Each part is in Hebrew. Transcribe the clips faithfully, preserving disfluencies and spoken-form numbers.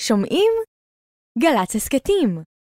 שומעים? גל"צ הסכתים.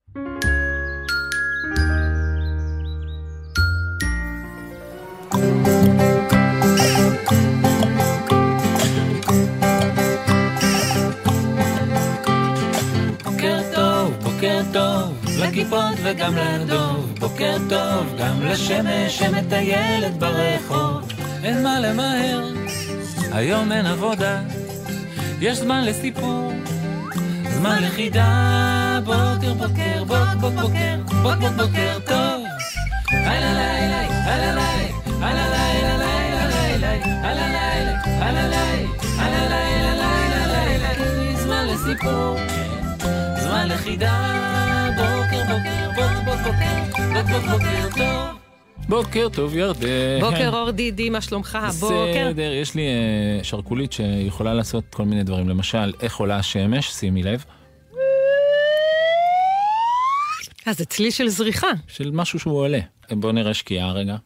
בוקר טוב, בוקר טוב, לכיפות וגם לדוב. בוקר טוב, גם לשמש שמטיילת ברחוב. אין מה למהר, היום אין עבודה, יש זמן לסיפור, זמן לחידה. בוקר בוקר, בוק בוק בוקר, בוק בוק בוקר טוב. הלא לילה, הלא לילה, הלא לילה, לילה לילה, הלא לילה, הלא לילה, הלא לילה, לילה לילה. זמן לסיפור, זמן לחידה. בוקר בוקר, בוק בוק בוקר, בוק בוק בוקר טוב. בוקר טוב ירדן. בוקר אור דידי, מה שלומך? בוקר. בסדר, יש לי uh, שרקולית שיכולה לעשות כל מיני דברים. למשל, איך עולה השמש, שימי לב. אז זה צלי של זריחה. של משהו שהוא עולה. בואו נראה שקיעה רגע.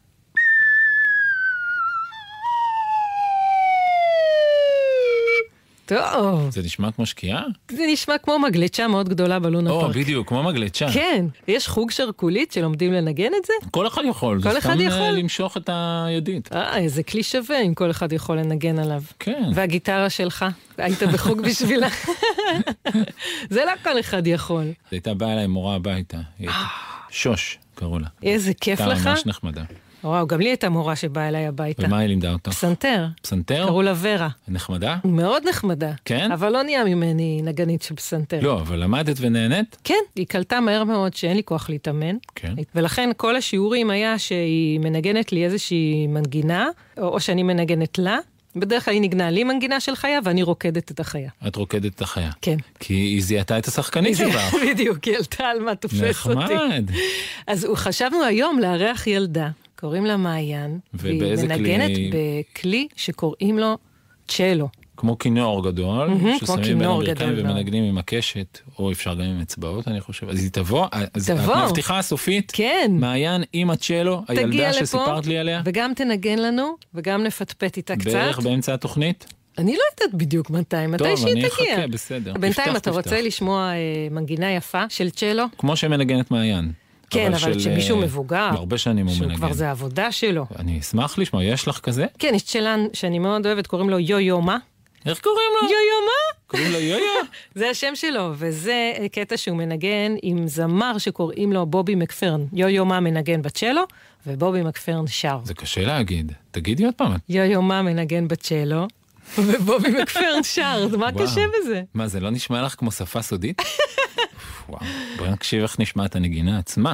טוב. זה נשמע כמו שקיעה? זה נשמע כמו מגלצ'ה מאוד גדולה בלונה או, פארק. בדיוק, כמו מגלצ'ה. כן, יש חוג שרקולית שלומדים לנגן את זה? כל אחד יכול. כל אחד זה יכול. סתם למשוך את הידית. אה, איזה כלי שווה אם כל אחד יכול לנגן עליו. כן. והגיטרה שלך, היית בחוג בשבילה. זה לא כל אחד יכול. זה הייתה באה אליי מורה הביתה. היא הייתה- שוש, קראו לה. איזה כיף לך. הייתה ממש נחמדה. וואו, גם לי הייתה מורה שבאה אליי הביתה. ומה היא לימדה אותך? פסנתר. פסנתר? קראו לה ורה. נחמדה? מאוד נחמדה. כן? אבל לא נהיה ממני נגנית של פסנתר. לא, אבל למדת ונהנית? כן, היא קלטה מהר מאוד שאין לי כוח להתאמן. כן. ולכן כל השיעורים היה שהיא מנגנת לי איזושהי מנגינה, או, או שאני מנגנת לה. בדרך כלל היא נגנה לי מנגינה של חיה, ואני רוקדת את החיה. את רוקדת את החיה. כן. כי היא זיהתה את השחקנית שלך. בדיוק, היא עלתה על מה תופס אותי. נחמד. אז חשבנו היום לארח ילדה, קוראים לה מעיין, והיא ובאיזה כלי? מנגנת בכלי שקוראים לו צ'לו. כמו כינור גדול, כמו ששמים בין כינור הברכיים גדול, ומנגנים עם הקשת, או אפשר גם עם אצבעות, אני חושב. אז היא תבוא, אז תבוא. את מבטיחה הסופית, כן. מעיין עם הצ'לו, תגיע הילדה לפה, שסיפרת לי עליה, וגם תנגן לנו, וגם נפטפט איתה קצת. בערך באמצע התוכנית. אני לא יודעת בדיוק מתי, מתי טוב, שהיא אני תגיע. אחכה, בסדר. בינתיים תפתח, אתה תפתח. רוצה לשמוע אה, מנגינה יפה של צ'לו? כמו שמנגנת מעיין. כן, אבל של, כשמישהו אה, מבוגר, הרבה שנים הוא שהוא מנגן. כבר זה העבודה שלו. אני אשמח לשמוע, יש לך כזה? כן, יש צ'לן שאני מאוד אוהבת, קוראים לו יו-יו מה? איך קוראים לו? יו-יו מה? קוראים לו יו-יו? זה השם שלו, וזה קטע שהוא מנגן עם זמר שקוראים לו בובי מקפרן. יו-יו מה מנגן בצ'לו, ובובי מקפרן שר. זה קשה להגיד. תגידי עוד פעם. יו-יו מה מנגן בצ'לו, ובובי מקפרן שר. מה וואו. קשה בזה? מה, זה לא נשמע לך כמו שפה סודית? וואו, בואי נקשיב איך נשמע את הנגינה עצמה.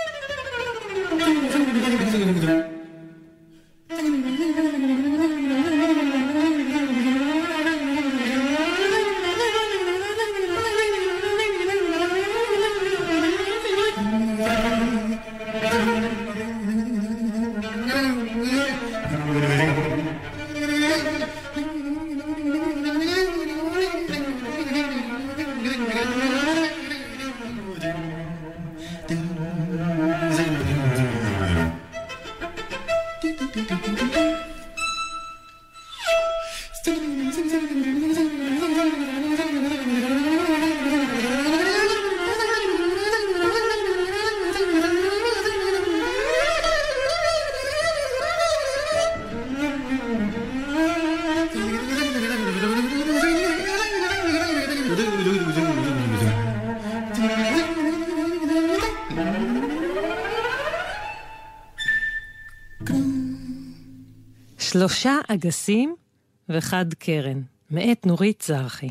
שלושה אגסים וחד קרן, מאת נורית זרחי.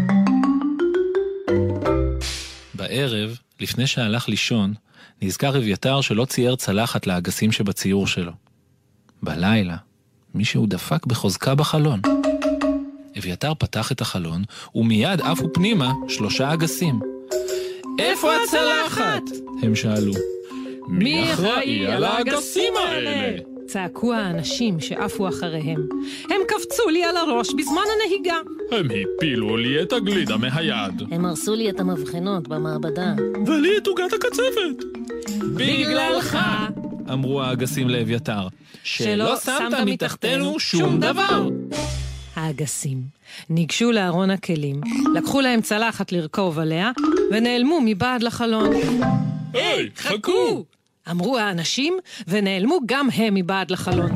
בערב, לפני שהלך לישון, נזכר אביתר שלא צייר צלחת לאגסים שבציור שלו. בלילה, מישהו דפק בחוזקה בחלון. אביתר פתח את החלון, ומיד עפו פנימה שלושה אגסים. איפה הצלחת? הם שאלו. מי אחראי על האגסים האלה? צעקו האנשים שעפו אחריהם. הם קפצו לי על הראש בזמן הנהיגה. הם הפילו לי את הגלידה מהיד. הם הרסו לי את המבחנות במעבדה. ולי את עוגת הקצפת. בגללך, אמרו האגסים לאביתר, שלא שמת מתחתנו שום דבר. האגסים ניגשו לארון הכלים, לקחו להם צלחת לרכוב עליה, ונעלמו מבעד לחלון. היי, חכו! אמרו האנשים, ונעלמו גם הם מבעד לחלון.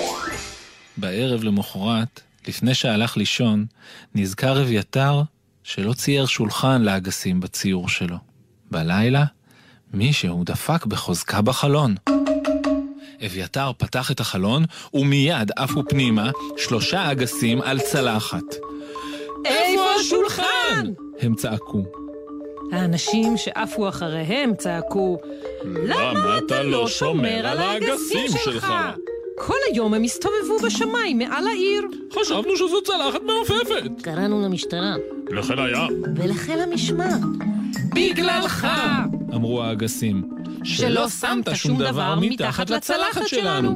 בערב למחרת, לפני שהלך לישון, נזכר אביתר שלא צייר שולחן לאגסים בציור שלו. בלילה, מישהו דפק בחוזקה בחלון. אביתר פתח את החלון, ומיד עפו פנימה שלושה אגסים על צלחת. איפה השולחן? הם צעקו. האנשים שעפו אחריהם צעקו, למה אתה לא שומר על האגסים שלך? כל היום הם הסתובבו בשמיים מעל העיר. חשבנו שזו צלחת מעופפת. קראנו למשטרה. לחיל הים. ולחיל המשמר. בגללך! אמרו האגסים. שלא שמת שום דבר מתחת לצלחת שלנו.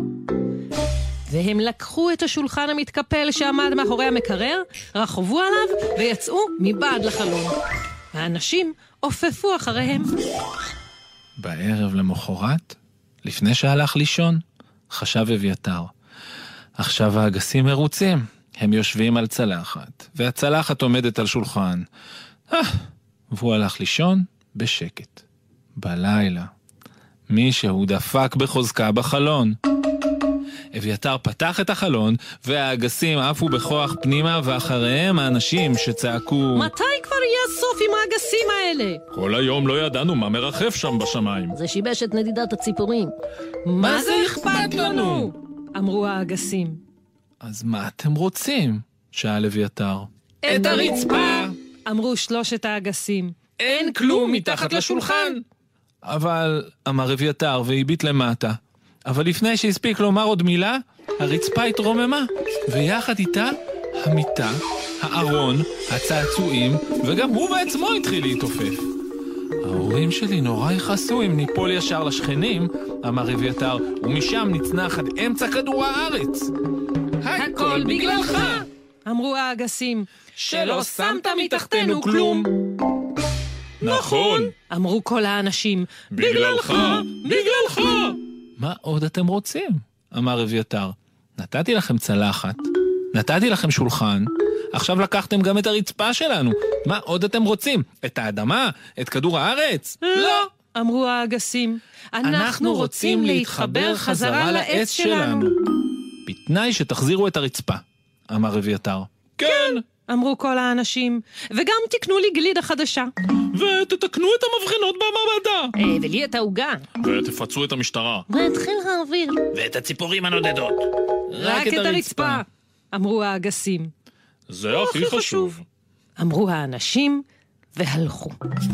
והם לקחו את השולחן המתקפל שעמד מאחורי המקרר, רכבו עליו ויצאו מבעד לחלון. האנשים עופפו אחריהם. בערב למחרת, לפני שהלך לישון, חשב אביתר. עכשיו האגסים מרוצים. הם יושבים על צלחת, והצלחת עומדת על שולחן. אה, והוא הלך לישון בשקט. בלילה, מישהו דפק בחוזקה בחלון. אביתר פתח את החלון, והאגסים עפו בכוח פנימה, ואחריהם האנשים שצעקו, מתי כבר יהיה סוף עם האגסים האלה? כל היום לא ידענו מה מרחף שם בשמיים. זה שיבש את נדידת הציפורים. מה זה אכפת לנו? אמרו האגסים. אז מה אתם רוצים? שאל אביתר. את הרצפה! אמרו שלושת האגסים. אין כלום מתחת לשולחן. אבל, אמר אביתר והביט למטה. אבל לפני שהספיק לומר עוד מילה, הרצפה התרוממה, ויחד איתה המיטה, הארון, הצעצועים, וגם הוא בעצמו התחיל להתעופף. ההורים שלי נורא יחסו אם ניפול ישר לשכנים, אמר אביתר, ומשם נצנח עד אמצע כדור הארץ. הכל בגללך! אמרו האגסים. שלא שמת מתחתנו כלום. נכון! אמרו כל האנשים. בגללך! בגללך! מה עוד אתם רוצים? אמר אביתר. נתתי לכם צלחת, נתתי לכם שולחן, עכשיו לקחתם גם את הרצפה שלנו. מה עוד אתם רוצים? את האדמה? את כדור הארץ? לא! אמרו האגסים. אנחנו רוצים להתחבר חזרה לעץ שלנו. בתנאי שתחזירו את הרצפה, אמר אביתר. כן! אמרו כל האנשים. וגם תקנו לי גלידה חדשה. ותתקנו את המבחנות במעבדה. אה, ולי את העוגה. ותפצו את המשטרה. ואת חיל האוויר. ואת הציפורים הנודדות. רק את הרצפה. אמרו האגסים. זה הכי חשוב. אמרו האנשים והלכו.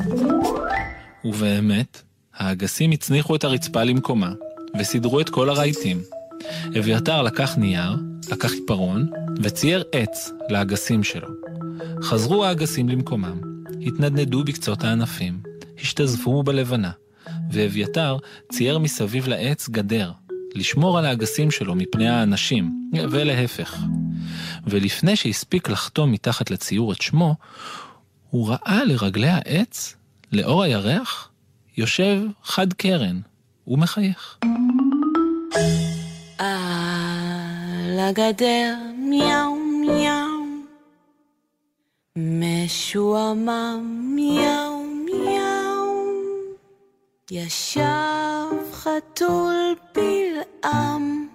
ובאמת, האגסים הצניחו את הרצפה למקומה, וסידרו את כל הרהיטים. אביתר לקח נייר, לקח עיפרון, וצייר עץ לאגסים שלו. חזרו האגסים למקומם, התנדנדו בקצות הענפים, השתזפו בלבנה, ואביתר צייר מסביב לעץ גדר, לשמור על האגסים שלו מפני האנשים, ולהפך. ולפני שהספיק לחתום מתחת לציור את שמו, הוא ראה לרגלי העץ, לאור הירח, יושב חד קרן, ומחייך. על הגדר מיהו מיהו, משועמם מיהו מיהו, ישב חתול בלעם,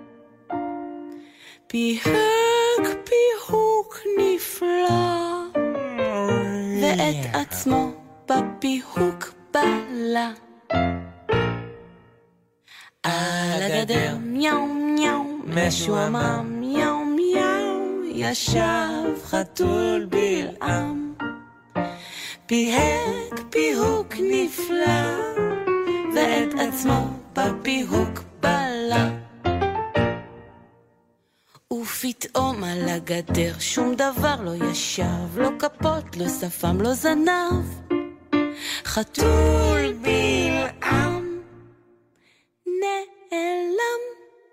פיהק פיהוק נפלא, ואת עצמו בפיהוק בלה. על הגדר מיהו מיהו, משועמם מיהו מיהו, ישב חתול בלעם, פיהק פיהוק נפלא, ואת עצמו בפיהוק בלה. ופתאום על הגדר שום דבר לא ישב, לא כפות, לא שפם, לא זנב, חתול בלעם נעלם.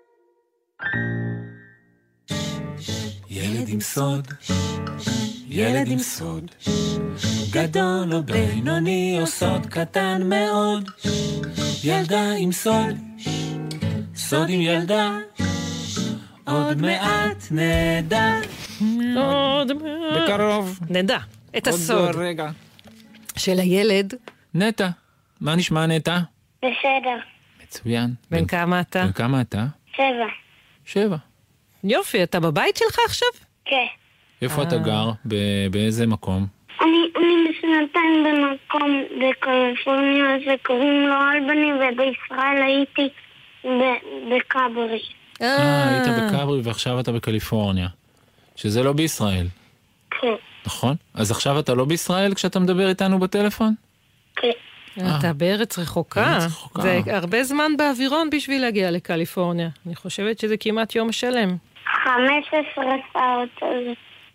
ילד עם סוד, ילד עם סוד, גדול או בינוני או סוד קטן מאוד. ילדה עם סוד, סוד עם ילדה, עוד מעט נדע. עוד בקרוב. נדע את הסוד עוד רגע. של הילד. נטע, מה נשמע נטע? בסדר. מצוין. בן כמה אתה? בן כמה אתה? שבע. שבע. יופי, אתה בבית שלך עכשיו? כן. איפה אתה גר? ב- באיזה מקום? אני, אני בשנתיים במקום בקליפורניה שקוראים לו אלבני, ובישראל הייתי ב- בקאברי. אה, היית בקאברי ועכשיו אתה בקליפורניה. שזה לא בישראל, כן. נכון? אז עכשיו אתה לא בישראל כשאתה מדבר איתנו בטלפון? כן. אתה בארץ רחוקה. בארץ רחוקה. זה הרבה זמן באווירון בשביל להגיע לקליפורניה. אני חושבת שזה כמעט יום שלם. חמש עשרה שעות. אז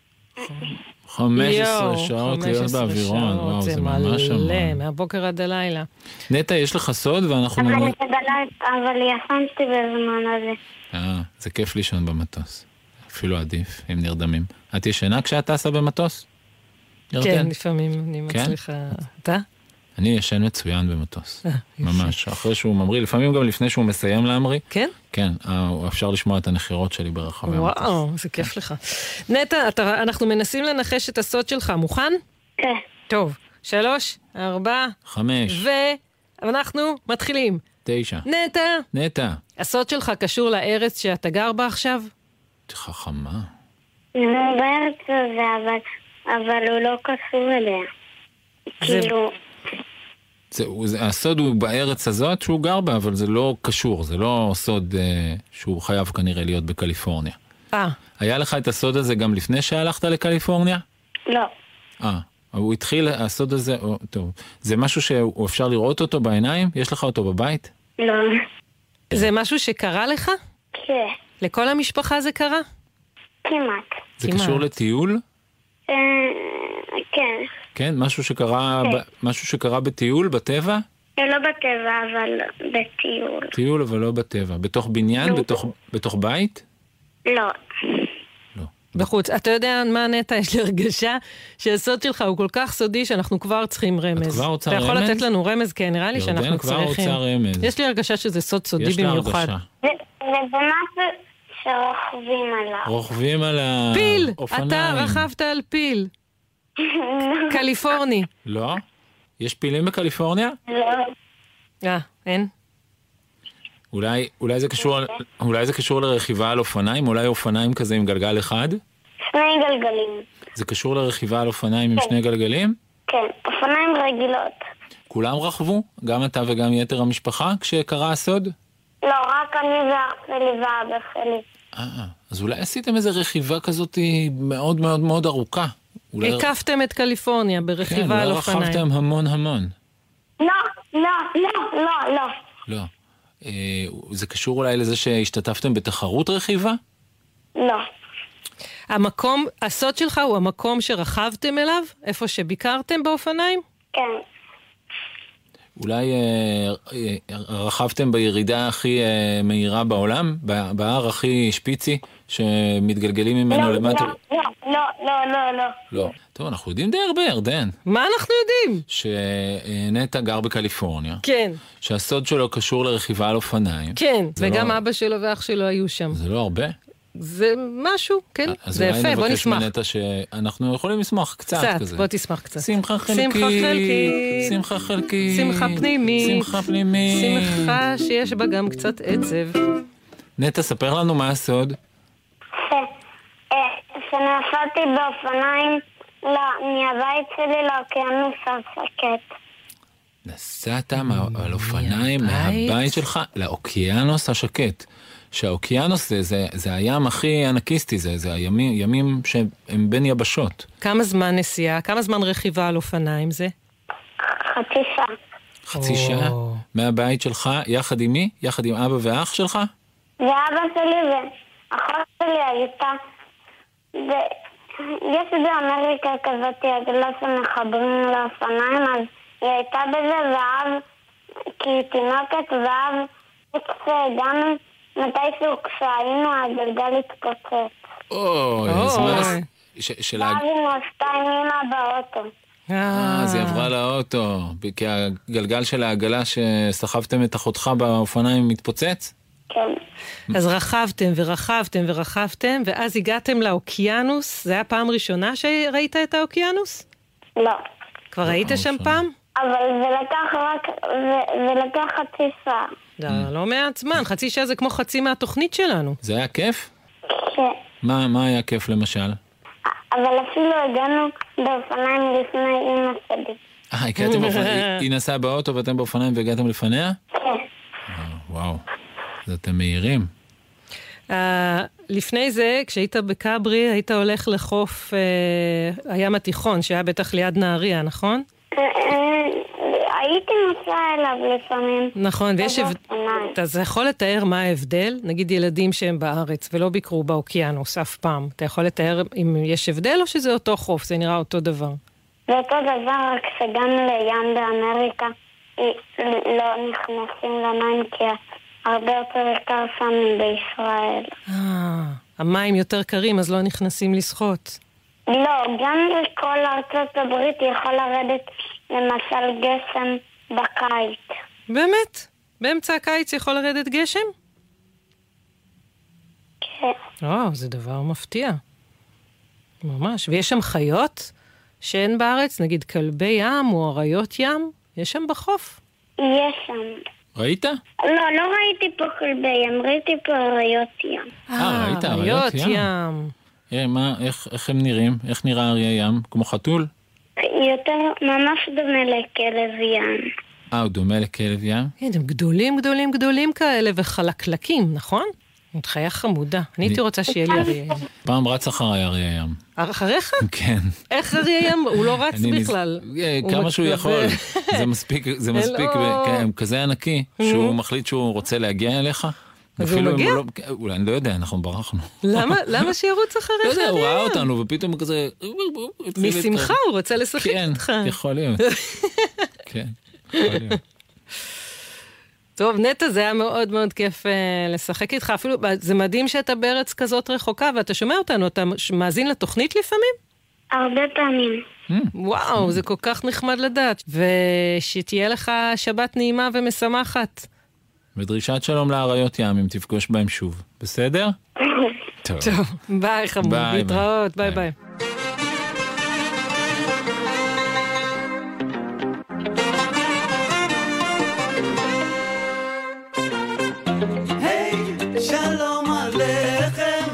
חמש עשרה יואו, שעות חמש להיות עשרה באווירון. שעות, וואו, זה זה ממש מלא, המון. מהבוקר עד הלילה. נטע, יש לך סוד ואנחנו... אבל בלילה, אבל ישנתי בזמן הזה. אה, זה כיף לישון במטוס. אפילו עדיף, אם נרדמים. את ישנה כשאת טסה במטוס? כן, ירדן? לפעמים אני כן? מצליחה. אתה? אני ישן מצוין במטוס. אה, יופי. ממש. אחרי שהוא ממריא, לפעמים גם לפני שהוא מסיים להמריא. כן? כן, אה, אפשר לשמוע את הנחירות שלי ברחבי המטוס. וואו, זה כיף לך. נטע, אתה- אנחנו מנסים לנחש את הסוד שלך. מוכן? כן. טוב. שלוש, ארבע, חמש, ואנחנו מתחילים. תשע. נטע, נטע. הסוד שלך קשור לארץ שאתה גר בה עכשיו? חכמה. אני בארץ הזה, אבל, אבל הוא לא קשור אליה. זה- כאילו, זה, זה, הסוד הוא בארץ הזאת שהוא גר בה, אבל זה לא קשור, זה לא סוד אה, שהוא חייב כנראה להיות בקליפורניה. אה, היה לך את הסוד הזה גם לפני שהלכת לקליפורניה? לא. אה, הוא התחיל, הסוד הזה, או, טוב, זה משהו שאפשר לראות אותו בעיניים? יש לך אותו בבית? לא. זה משהו שקרה לך? כן. לכל המשפחה זה קרה? כמעט. זה כמעט. קשור לטיול? אה, כן. כן, משהו שקרה, כן. ב, משהו שקרה בטיול, בטבע? לא בטבע, אבל בטיול. טיול אבל לא בטבע. בתוך בניין? לא. בתוך, בתוך בית? לא. לא. בחוץ. אתה יודע מה נטע? יש לי הרגשה שהסוד שלך הוא כל כך סודי שאנחנו כבר צריכים רמז. כבר רוצה אתה יכול רמז? לתת לנו רמז? כן, נראה לי ירדן שאנחנו כבר צריכים. רוצה רמז. יש לי הרגשה שזה סוד סודי יש לה במיוחד. הרגשה. זה זה משהו שרוכבים עליו. רוכבים על פיל! האופניים. אתה רכבת על פיל. קליפורני. לא? יש פילים בקליפורניה? לא. אה, אין? אולי, אולי, זה קשור, אולי זה קשור לרכיבה על אופניים? אולי אופניים כזה עם גלגל אחד? שני גלגלים. זה קשור לרכיבה על אופניים עם שני גלגלים? כן, אופניים רגילות. כולם רכבו? גם אתה וגם יתר המשפחה כשקרה הסוד? לא, רק אני ואח שלי ואבא שלי. אה, אז אולי עשיתם איזו רכיבה כזאת מאוד מאוד מאוד ארוכה. אולי... הקפתם את קליפורניה כן, ברכיבה על אולי אופניים. רכבתם המון המון. לא, לא, לא, לא, לא. לא. אה, זה קשור אולי לזה שהשתתפתם בתחרות רכיבה? לא. המקום, הסוד שלך הוא המקום שרכבתם אליו? איפה שביקרתם באופניים? כן. אולי אה, אה, רכבתם בירידה הכי אה, מהירה בעולם? ב- בהר הכי שפיצי שמתגלגלים ממנו לא, למטה? לא, לא, לא, לא, לא. לא. טוב, אנחנו יודעים די הרבה, ירדן. מה אנחנו יודעים? שנטע גר בקליפורניה. כן, שהסוד שלו קשור לרכיבה על אופניים. כן. זה וגם לא- אבא שלו ואח שלו היו שם. זה לא הרבה. זה משהו, כן. אז זה אולי יפה, בוא נבקש נשמח. מנטע שאנחנו יכולים לשמוח קצת קצת, כזה. בוא תשמח קצת. שמחה חלקית. שמחה חלקית. שמחה חלקית. שמחה פנימית. שמחה פנימית. שמחה שיש בה גם קצת עצב. נטע, ספר לנו מה הסוד. ש- אה, שנסעתי באופניים לא, מהבית שלי לאוקיינוס השקט. נסעת מה- על אופניים מהבית? מהבית שלך לאוקיינוס השקט. שהאוקיינוס זה, זה, זה הים הכי ענקיסטי, זה, זה הימים, ימים שהם בין יבשות. כמה זמן נסיעה? כמה זמן רכיבה על אופניים זה? חצי שעה. חצי או. שעה מהבית שלך, יחד עם מי? יחד עם אבא ואח שלך? ואבא שלי ואחות שלי הייתה, ויש באמריקה כזאת עגלה שמחברים לאופניים, אז היא הייתה בזה, ואב, כי היא תינוקת, ואב, כשהגענו, מתישהו כשהיינו, הגלגל התפוצץ. אוי, אז אוי. מה? ש- של ה... ואז היא נוסתה עם אמא באוטו. אה, אז היא עברה לאוטו, כי הגלגל של העגלה שסחבתם את אחותך באופניים מתפוצץ? כן. אז רכבתם ורחבתם ורחבתם, ואז הגעתם לאוקיינוס. זה היה פעם ראשונה שראית את האוקיינוס? לא. כבר היית שם פעם? אבל זה לקח רק, זה לקח חצי שעה. לא, לא מעט זמן, חצי שעה זה כמו חצי מהתוכנית שלנו. זה היה כיף? כן. מה, מה היה כיף למשל? אבל אפילו הגענו באופניים לפני אמא שלי. אה, הגעתם באופניים, היא נסעה באוטו ואתם באופניים והגעתם לפניה? כן. וואו, אז אתם מהירים. Uh, לפני זה, כשהיית בקברי, היית הולך לחוף uh, הים התיכון, שהיה בטח ליד נהריה, נכון? הייתי נוסעה אליו לפעמים. נכון, ויש... אתה יכול לתאר מה ההבדל? נגיד ילדים שהם בארץ ולא ביקרו באוקיינוס אף פעם. אתה יכול לתאר אם יש הבדל או שזה אותו חוף? זה נראה אותו דבר. זה אותו דבר, רק שגם לים באמריקה לא נכנסים למים כי הרבה יותר יקר שם בישראל. אה, המים יותר קרים אז לא נכנסים לשחות. לא, גם בכל ארצות הברית יכול לרדת למשל גשם בקיץ. באמת? באמצע הקיץ יכול לרדת גשם? כן. וואו, זה דבר מפתיע. ממש. ויש שם חיות שאין בארץ, נגיד כלבי ים או אריות ים? יש שם בחוף? יש שם. ראית? לא, לא ראיתי פה כלבי ים, ראיתי פה אריות ים. אה, ראית אריות ים? ים. אה, מה, איך, איך הם נראים? איך נראה אריה ים? כמו חתול? יותר, ממש דומה לכלב ים. אה, הוא דומה לכלב ים? כן, הם גדולים, גדולים, גדולים כאלה וחלקלקים, נכון? זאת חיה חמודה. אני הייתי רוצה שיהיה לי אריה ים. פעם רץ אחריי אריה ים. אחריך? כן. איך אריה ים? הוא לא רץ בכלל. כמה שהוא יכול. זה מספיק, זה מספיק, כזה ענקי, שהוא מחליט שהוא רוצה להגיע אליך. אז הוא מגיע? אולי, אני לא יודע, אנחנו ברחנו. למה? למה שירוץ אחריך? לא יודע, הוא ראה אותנו, ופתאום הוא כזה... משמחה, הוא רוצה לשחק איתך. כן, יכול להיות. כן, יכול להיות. טוב, נטע, זה היה מאוד מאוד כיף לשחק איתך. אפילו, זה מדהים שאתה בארץ כזאת רחוקה, ואתה שומע אותנו, אתה מאזין לתוכנית לפעמים? הרבה פעמים. וואו, זה כל כך נחמד לדעת. ושתהיה לך שבת נעימה ומשמחת. ודרישת שלום לאריות ים, אם תפגוש בהם שוב. בסדר? טוב. טוב, ביי חמוד, להתראות, ביי ביי. היי, שלום עליכם.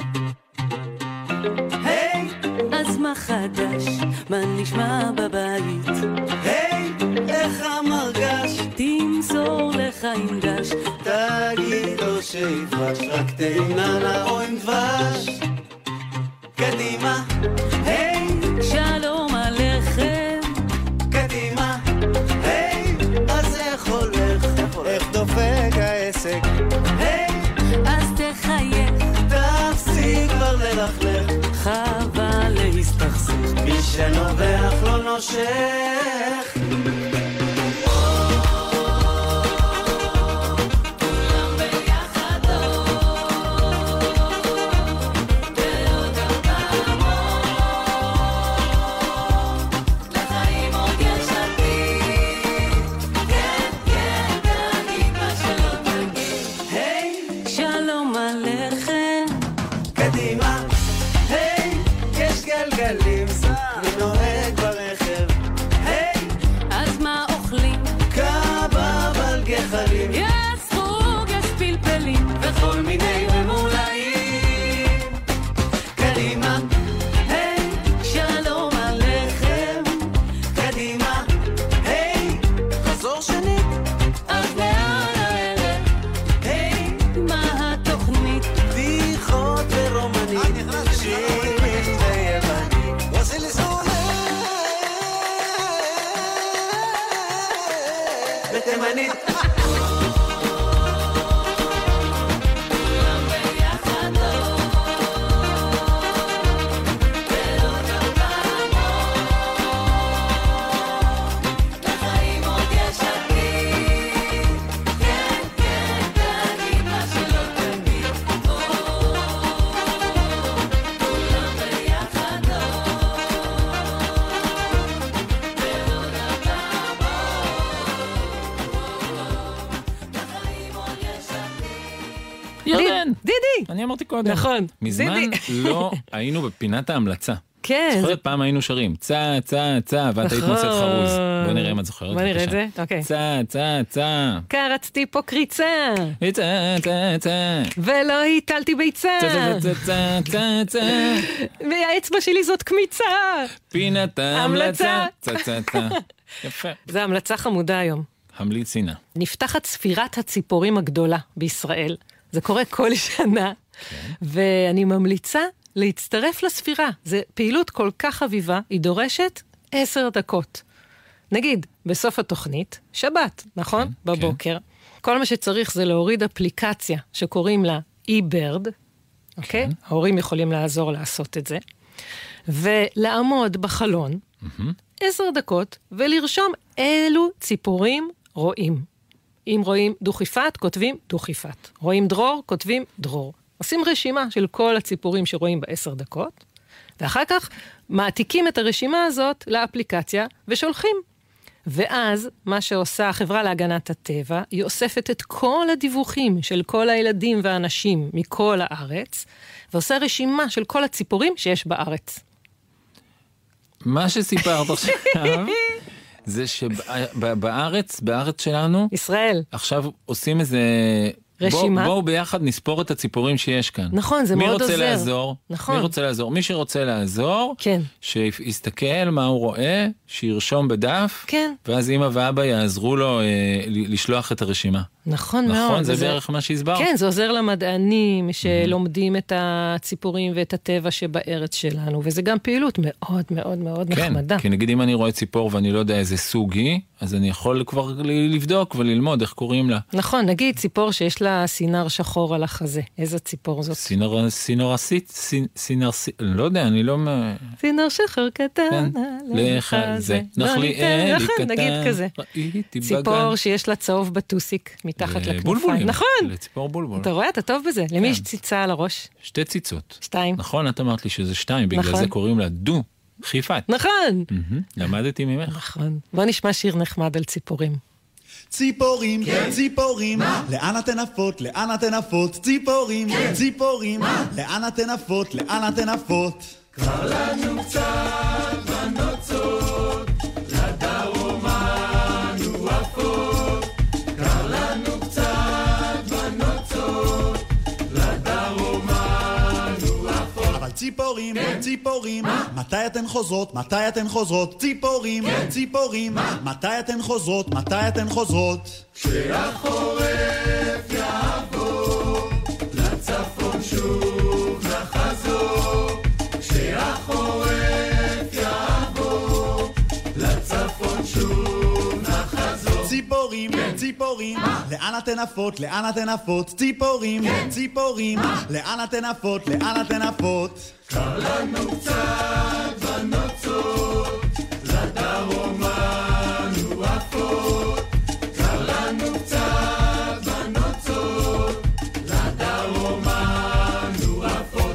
היי, אז מה חדש? מה נשמע בבית? היי, איך המרגש? תמסור לך עם דש, תגיד לו שיפרש, רק תאמנה או עם דבש. קדימה, היי, שלום עליכם. קדימה, היי, אז איך הולך? איך דופק העסק? היי, אז תחייך, תפסיק כבר ללכלך, חבל להסתכסך, מי שנובח לא נושך. אני אמרתי קודם. נכון. מזמן לא היינו בפינת ההמלצה. כן. זוכרת פעם היינו שרים, צה, צה, צה, ואת היית מוצאת חרוז. בוא נראה אם את זוכרת. בוא נראה את זה, אוקיי. צה, צה, צה. קרצתי פה קריצה. צה, צה, צה. ולא היטלתי ביצה. צה, צה, צה, צה, צה. והאצבע שלי זאת קמיצה. פינת ההמלצה. צה, צה, צה. יפה. זה המלצה חמודה היום. המליץ סינה. נפתחת ספירת הציפורים הגדולה בישראל. זה קורה כל שנה. ואני ממליצה להצטרף לספירה. זה פעילות כל כך חביבה, היא דורשת עשר דקות. נגיד, בסוף התוכנית, שבת, נכון? כן, בבוקר. כן. כל מה שצריך זה להוריד אפליקציה שקוראים לה אי-ברד, אוקיי? כן. ההורים יכולים לעזור לעשות את זה. ולעמוד בחלון, mm-hmm. עשר דקות, ולרשום אילו ציפורים רואים. אם רואים דוכיפת, כותבים דוכיפת. רואים דרור, כותבים דרור. עושים רשימה של כל הציפורים שרואים בעשר דקות, ואחר כך מעתיקים את הרשימה הזאת לאפליקציה ושולחים. ואז מה שעושה החברה להגנת הטבע, היא אוספת את כל הדיווחים של כל הילדים והאנשים מכל הארץ, ועושה רשימה של כל הציפורים שיש בארץ. מה שסיפרת עכשיו, זה שבארץ, בארץ שלנו, ישראל, עכשיו עושים איזה רשימה. בואו ביחד נספור את הציפורים שיש כאן. נכון, זה מאוד עוזר. מי רוצה לעזור? נכון. מי רוצה לעזור? מי שרוצה לעזור, כן. שיסתכל מה הוא רואה, שירשום בדף, כן. ואז אמא ואבא יעזרו לו אה, לשלוח את הרשימה. נכון, נכון מאוד. נכון, זה וזה... בערך מה שהסבר. כן, זה עוזר למדענים שלומדים את הציפורים ואת הטבע שבארץ שלנו, וזה גם פעילות מאוד מאוד מאוד כן, נחמדה. כי נגיד אם אני רואה ציפור ואני לא יודע איזה סוג היא, אז אני יכול כבר לבדוק וללמוד איך קוראים לה. נכון, נגיד ציפור שיש לה סינר שחור על החזה. איזה ציפור זאת? סינר, סינרסית, סינר, לא יודע, אני לא... סינר שחור קטן על החזה. נחליאלי קטן. נגיד כזה. ציפור שיש לה צהוב בטוסיק מתחת לכנפיים. נכון. לציפור בולבול. אתה רואה, אתה טוב בזה. למי יש ציצה על הראש? שתי ציצות. שתיים. נכון, את אמרת לי שזה שתיים, בגלל זה קוראים לה דו. חיפת. נכון. למדתי ממך. נכון. בוא נשמע שיר נחמד על ציפורים. ציפורים, ציפורים, לאן אתן עפות, לאן אתן עפות, ציפורים, ציפורים, לאן אתן עפות, לאן אתן עפות. קר לנו קצת בנוצות, לדרום אנו עפות. קר לנו קצת בנוצות, לדרום אנו עפות. אבל ציפורים, ציפורים, מתי אתן חוזרות, מתי אתן חוזרות, ציפורים, ציפורים, מתי אתן חוזרות, מתי אתן חוזרות. כשהחורף יעבור, לצפון שוב נחזור. כשהחורף יעבור, לצפון שוב נחזור. ציפורים, ציפורים, לאן אתן עפות, לאן אתן עפות, ציפורים, ציפורים, לאן אתן עפות, לאן אתן עפות. קר לנו קצת בנוצות, לדרום אנו עפות. קר לנו קצת בנוצות, לדרום אנו עפות.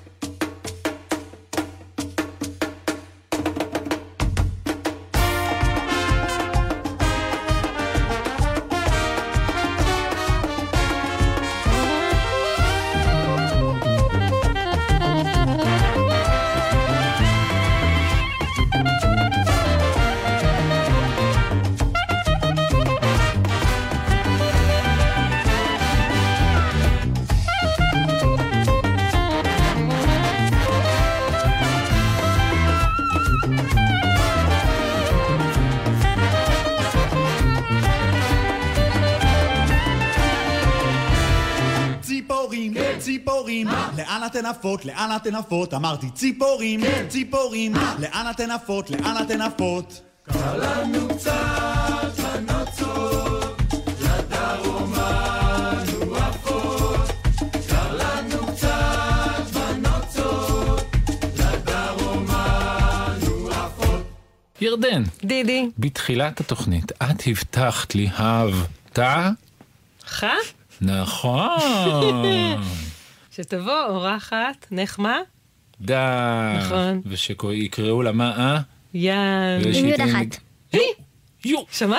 ציפורים, ציפורים, לאן אתן עפות, לאן אתן עפות, אמרתי ציפורים, ציפורים, לאן אתן עפות, לאן אתן עפות. קר לנו קצת בנוצות, לדרום אנו עפות. קר לנו קצת בנוצות, לדרום אנו עפות. ירדן. דידי. בתחילת התוכנית, את הבטחת לי הבטה? ח? נכון. שתבוא אורחת נחמה? דה. נכון. ושיקראו לה מה? ים. עם יוד אחת. יו. שמעת?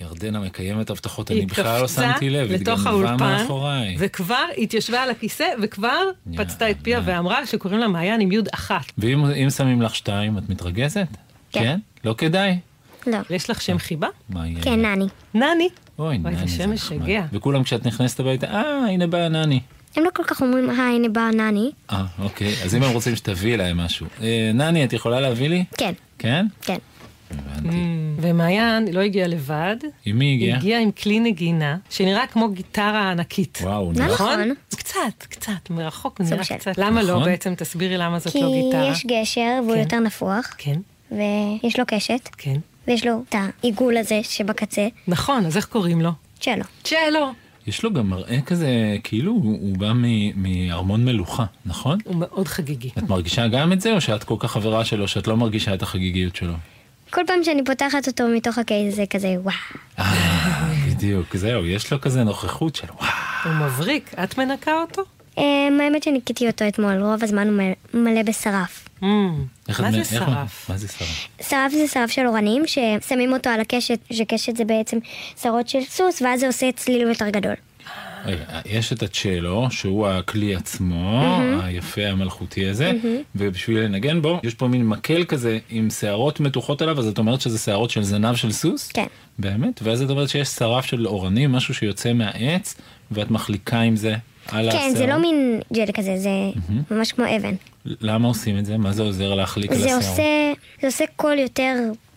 ירדנה מקיימת הבטחות, אני בכלל לא שמתי לב, לתוך האולפן, וכבר התיישבה על הכיסא, וכבר פצתה את פיה ואמרה שקוראים לה מעיין עם יוד אחת. ואם שמים לך שתיים, את מתרגזת? כן? לא כדאי? לא. יש לך שם חיבה? כן, נני. נני? אוי, נני, זה שם משגע. וכולם כשאת נכנסת הביתה, אה, הנה באה נני. הם לא כל כך אומרים, אה, הנה באה נני. אה, אוקיי. אז אם הם רוצים שתביא להם משהו. נני, את יכולה להביא לי? כן. כן? כן. הבנתי. ומעיין לא הגיעה לבד. עם מי הגיעה? היא הגיעה עם כלי נגינה, שנראה כמו גיטרה ענקית. וואו, נכון. קצת, קצת, מרחוק הוא נראה קצת. למה לא בעצם? תסבירי למה זאת לא גיטרה. כי יש גשר והוא יותר נפוח. כן. ויש לו קשת. כן. ויש לו את העיגול הזה שבקצה. נכון, אז איך קוראים לו? צ'לו. צ'לו. יש לו גם מראה כזה, כאילו הוא בא מארמון מלוכה, נכון? הוא מאוד חגיגי. את מרגישה גם את זה, או שאת כל כך חברה שלו, שאת לא מרגישה את החגיגיות שלו? כל פעם שאני פותחת אותו מתוך הקייס זה כזה וואו. אה, בדיוק, זהו, יש לו כזה נוכחות של וואו. הוא מבריק, את מנקה אותו? האמת שניקיתי אותו אתמול, רוב הזמן הוא מלא בשרף. מה זה שרף? מה זה שרף? שרף זה שרף של אורנים, ששמים אותו על הקשת, שקשת זה בעצם שרות של סוס, ואז זה עושה צליל יותר גדול. יש את הצ'לו, שהוא הכלי עצמו, היפה המלכותי הזה, ובשביל לנגן בו, יש פה מין מקל כזה עם שערות מתוחות עליו, אז את אומרת שזה שערות של זנב של סוס? כן. באמת? ואז את אומרת שיש שרף של אורנים, משהו שיוצא מהעץ, ואת מחליקה עם זה על השערות? כן, זה לא מין ג'ל כזה, זה ממש כמו אבן. למה עושים את זה? מה זה עוזר להחליק על השערות? זה עושה קול יותר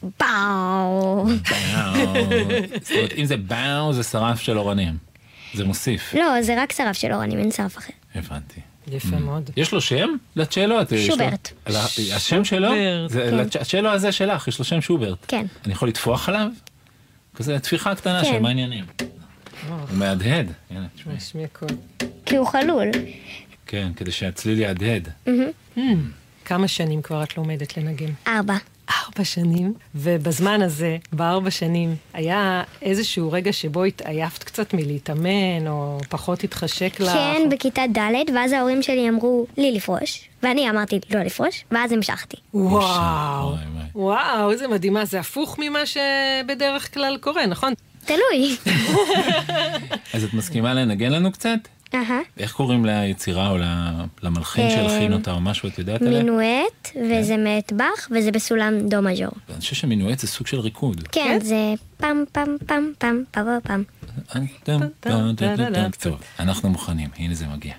באו. זאת אומרת, אם זה באו, זה שרף של אורנים. זה מוסיף. לא, זה רק שרף של אורנים, אין שרף אחר. הבנתי. יפה מאוד. יש לו שם לצ'לו? שוברט. השם שלו? הצ'לו הזה שלך, יש לו שם שוברט. כן. אני יכול לתפוח עליו? כזה תפיחה קטנה של מה העניינים. הוא מהדהד. משמיע קול. כי הוא חלול. כן, כדי שהצליל יהדהד. כמה שנים כבר את לומדת לנגן? ארבע. ארבע שנים, ובזמן הזה, בארבע שנים, היה איזשהו רגע שבו התעייפת קצת מלהתאמן, או פחות התחשק לך? כן, או... בכיתה ד', ואז ההורים שלי אמרו לי לפרוש, ואני אמרתי לא לפרוש, ואז המשכתי. וואו, וואו, איזה מדהימה, זה הפוך ממה שבדרך כלל קורה, נכון? תלוי. אז את מסכימה לנגן לנו קצת? אהה. איך קוראים ליצירה או למלחין שהלחין אותה או משהו, את יודעת עליה? מינואט, וזה מאת באך, וזה בסולם דו מז'ור. אני חושב שמינואט זה סוג של ריקוד. כן, זה פם פם פם פם פם פם. טוב, אנחנו מוכנים, הנה זה מגיע.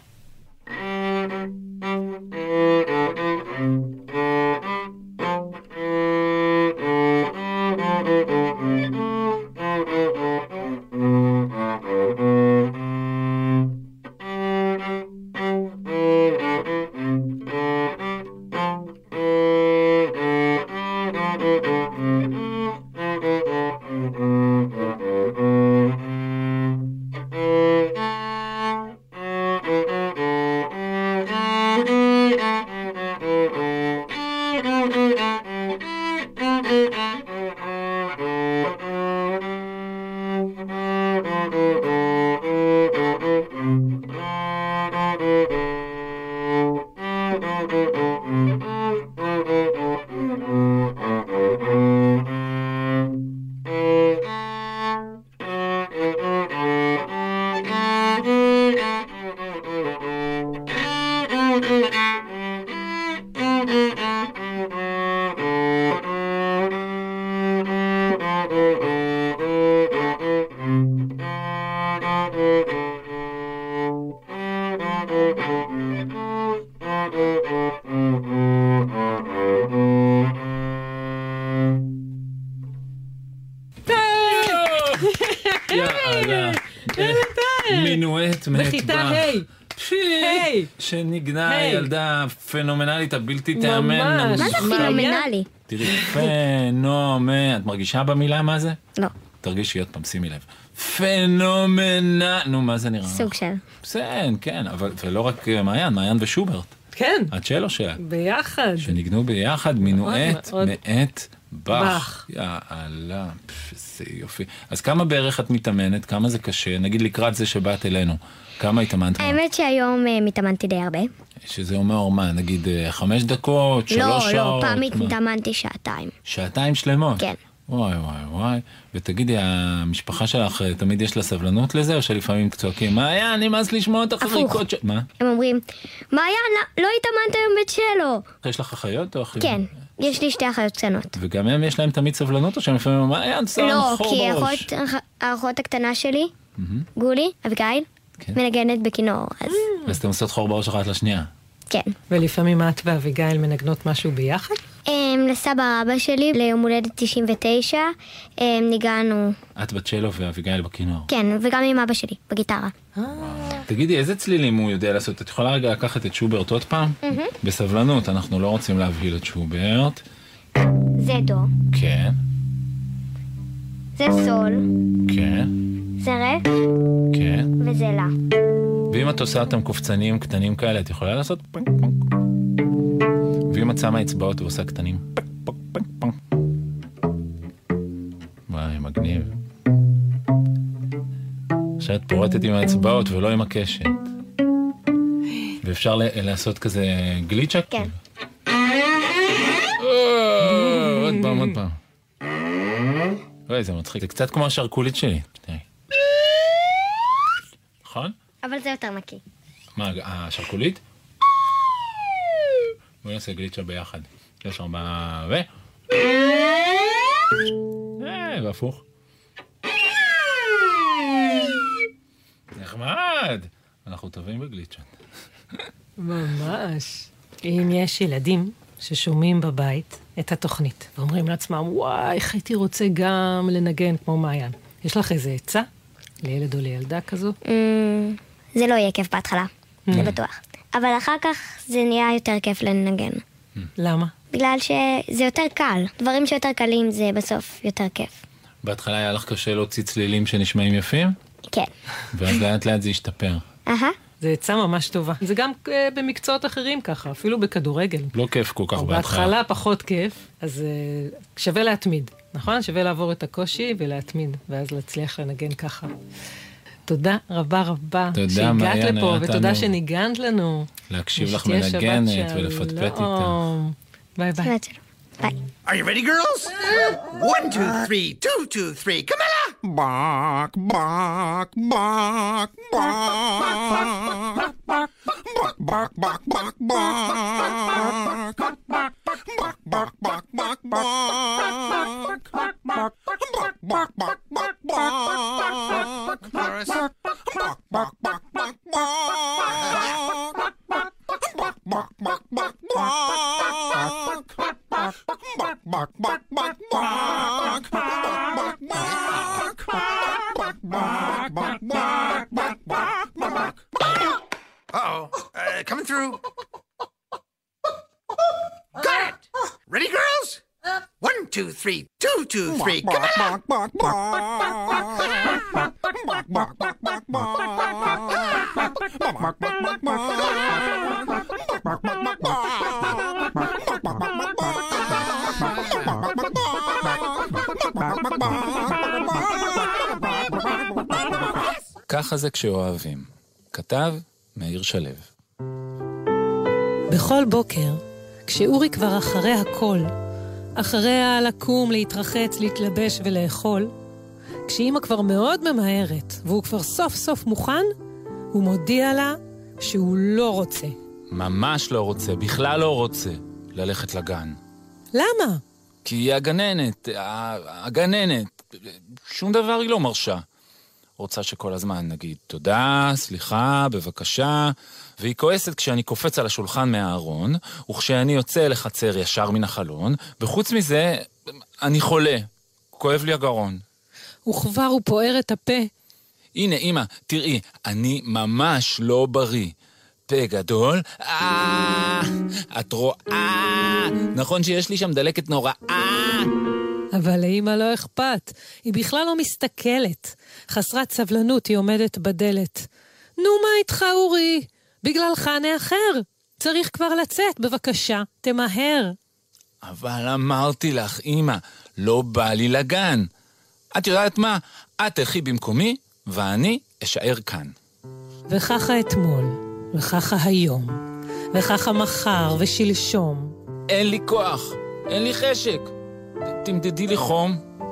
מינואט בכיתה היי. היי. שנגנה ילדה פנומנלית, הבלתי תאמן. ממש. מה זה פנומנלי? תראי, פנומנ... את מרגישה במילה מה זה? לא. תרגישי עוד פעם, שימי לב. פנומנל... נו, מה זה נראה? סוג של. בסדר, כן, אבל ולא רק מעיין, מעיין ושוברט. כן. הצ'לו שלה. ביחד. שניגנו ביחד, מינואט, מאת באך. יאללה, זה יופי. אז כמה בערך את מתאמנת? כמה זה קשה? נגיד לקראת זה שבאת אלינו. כמה התאמנת? האמת שהיום מתאמנתי די הרבה. שזה אומר מה? נגיד חמש דקות, שלוש שעות? לא, לא, פעם התאמנתי שעתיים. שעתיים שלמות? כן. וואי וואי וואי. ותגידי, המשפחה שלך תמיד יש לה סבלנות לזה, או שלפעמים צועקים, מעיין, נמאס לשמוע את החריקות של... מה? הם אומרים, מעיין, לא התאמנת היום בצ'לו. יש לך אחיות או אחים? כן, יש לי שתי אחיות קטנות. וגם הם יש להם תמיד סבלנות, או שהם לפעמים אומרים, מעיין, שם חור בראש? לא, כי האחות הקטנה שלי, גולי, אביגיל, מנגנת בכינור. אז אתם עושות חור בראש אחת לשנייה? כן. ולפעמים את ואביגיל מנגנות משהו ביחד? לסבא רבא שלי, ליום הולדת תשעים ותשע, ניגענו. את בצ'לו ואביגיל בכינור? כן, וגם עם אבא שלי, בגיטרה. תגידי, איזה צלילים הוא יודע לעשות? את יכולה רגע לקחת את שוברט עוד פעם? בסבלנות, אנחנו לא רוצים להבהיל את שוברט. זה דו. כן. זה סול. כן. זה רף. כן. וזה לה. ואם את עושה אותם קופצניים קטנים כאלה, את יכולה לעשות פנק פנק. ואם את שמה אצבעות ועושה קטנים, פנק פנק פנק פנק. וואי, מגניב. עכשיו את פורטת עם האצבעות ולא עם הקשת. ואפשר לעשות כזה גליצ'ה? כן. עוד פעם, עוד פעם. אוי, זה מצחיק. זה קצת כמו השרקולית שלי. נכון? אבל זה יותר נקי. מה, השרקולית? בואי נעשה גליצ'ה ביחד. יש ארבעה ו... והפוך. נחמד. אנחנו טובים בגליצ'ות. ממש. אם יש ילדים ששומעים בבית את התוכנית, ואומרים לעצמם, וואי, איך הייתי רוצה גם לנגן כמו מעיין. יש לך איזה עצה? לילד או לילדה כזו? זה לא יהיה כיף בהתחלה, זה בטוח. אבל אחר כך זה נהיה יותר כיף לנגן. למה? בגלל שזה יותר קל. דברים שיותר קלים זה בסוף יותר כיף. בהתחלה היה לך קשה להוציא צלילים שנשמעים יפים? כן. ואז לאט לאט זה ישתפר. אהה. זה עצה ממש טובה. זה גם uh, במקצועות אחרים ככה, אפילו בכדורגל. לא כיף כל כך בהתחלה. בהתחלה פחות כיף, אז uh, שווה להתמיד, נכון? שווה לעבור את הקושי ולהתמיד, ואז להצליח לנגן ככה. תודה רבה רבה שהגעת לפה, ותודה שניגנת לנו. להקשיב לך מנגנת ולפטפט איתה. ביי ביי. Are you ready, girls? One, two, three, two, two, three. Camilla! Bark, bark, bark, bark. Bark, bark, bark, bark, bark. Bark, bark, bark, bark, bark. Bark, bark, bark, bark, bark, bark. Chorus. Bark, bark, bark, bark, bark. Bark, bark, bark, bark, bark. Bark, bark, bark, bark, bark. Bark, bark, bark, bark, bark, bark, bark, bark, bark, bark. Uh-oh, uh, coming through. Got it! Ready, girls? One, two, three, two, two, three. Come on! Bark, bark, bark, bark. Bark, bark, bark, bark, bark. Bark, bark, bark, bark, bark. Bark, bark, bark, bark. ככה זה כשאוהבים. כתב מאיר שלו. בכל בוקר, כשאורי כבר אחרי הכל, אחריה לקום, להתרחץ, להתלבש ולאכול, כשאמא כבר מאוד ממהרת, והוא כבר סוף סוף מוכן, הוא מודיע לה שהוא לא רוצה. ממש לא רוצה, בכלל לא רוצה ללכת לגן. למה? כי היא הגננת, הגננת, שום דבר היא לא מרשה. רוצה שכל הזמן נגיד תודה, סליחה, בבקשה, והיא כועסת כשאני קופץ על השולחן מהארון, וכשאני יוצא לחצר ישר מן החלון, וחוץ מזה, אני חולה, כואב לי הגרון. וכבר הוא פוער את הפה. הנה, אמא, תראי, אני ממש לא בריא. פה גדול, אה, את רואה, נכון שיש לי שם דלקת נוראה. אבל לאמא לא אכפת, היא בכלל לא מסתכלת. חסרת סבלנות, היא עומדת בדלת. נו, מה איתך, אורי? בגללך נאחר. צריך כבר לצאת, בבקשה, תמהר. אבל אמרתי לך, אמא, לא בא לי לגן. את יודעת מה? את תלכי במקומי, ואני אשאר כאן. וככה אתמול, וככה היום, וככה מחר ושלשום. אין לי כוח, אין לי חשק. תמדדי לי חום,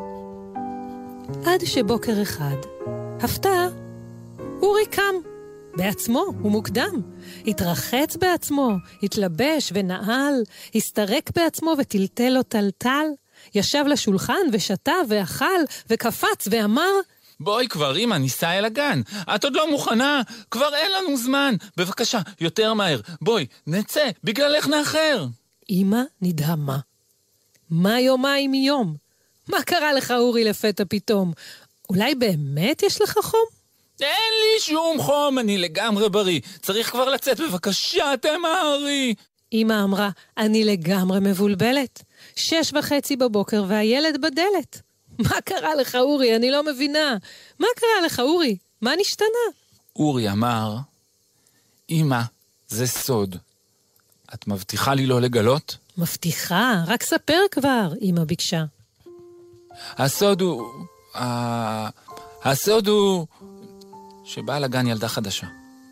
עד שבוקר אחד, הפתעה, אורי קם. בעצמו, הוא מוקדם. התרחץ בעצמו, התלבש ונעל, הסתרק בעצמו וטלטל לו טלטל. ישב לשולחן ושתה ואכל וקפץ ואמר, בואי כבר, אמא, ניסע אל הגן. את עוד לא מוכנה, כבר אין לנו זמן. בבקשה, יותר מהר. בואי, נצא, בגללך נאחר. אמא נדהמה. מה יומיים מיום? מה קרה לך, אורי, לפתע פתאום? אולי באמת יש לך חום? אין לי שום חום, אני לגמרי בריא. צריך כבר לצאת, בבקשה, תמהרי. אמא אמרה, אני לגמרי מבולבלת. שש וחצי בבוקר והילד בדלת. מה קרה לך, אורי? אני לא מבינה. מה קרה לך, אורי? מה נשתנה? אורי אמר, אמא, זה סוד. את מבטיחה לי לא לגלות? מבטיחה, רק ספר כבר, אמא ביקשה. הסוד הוא... הסוד הוא... שבאה לגן ילדה חדשה.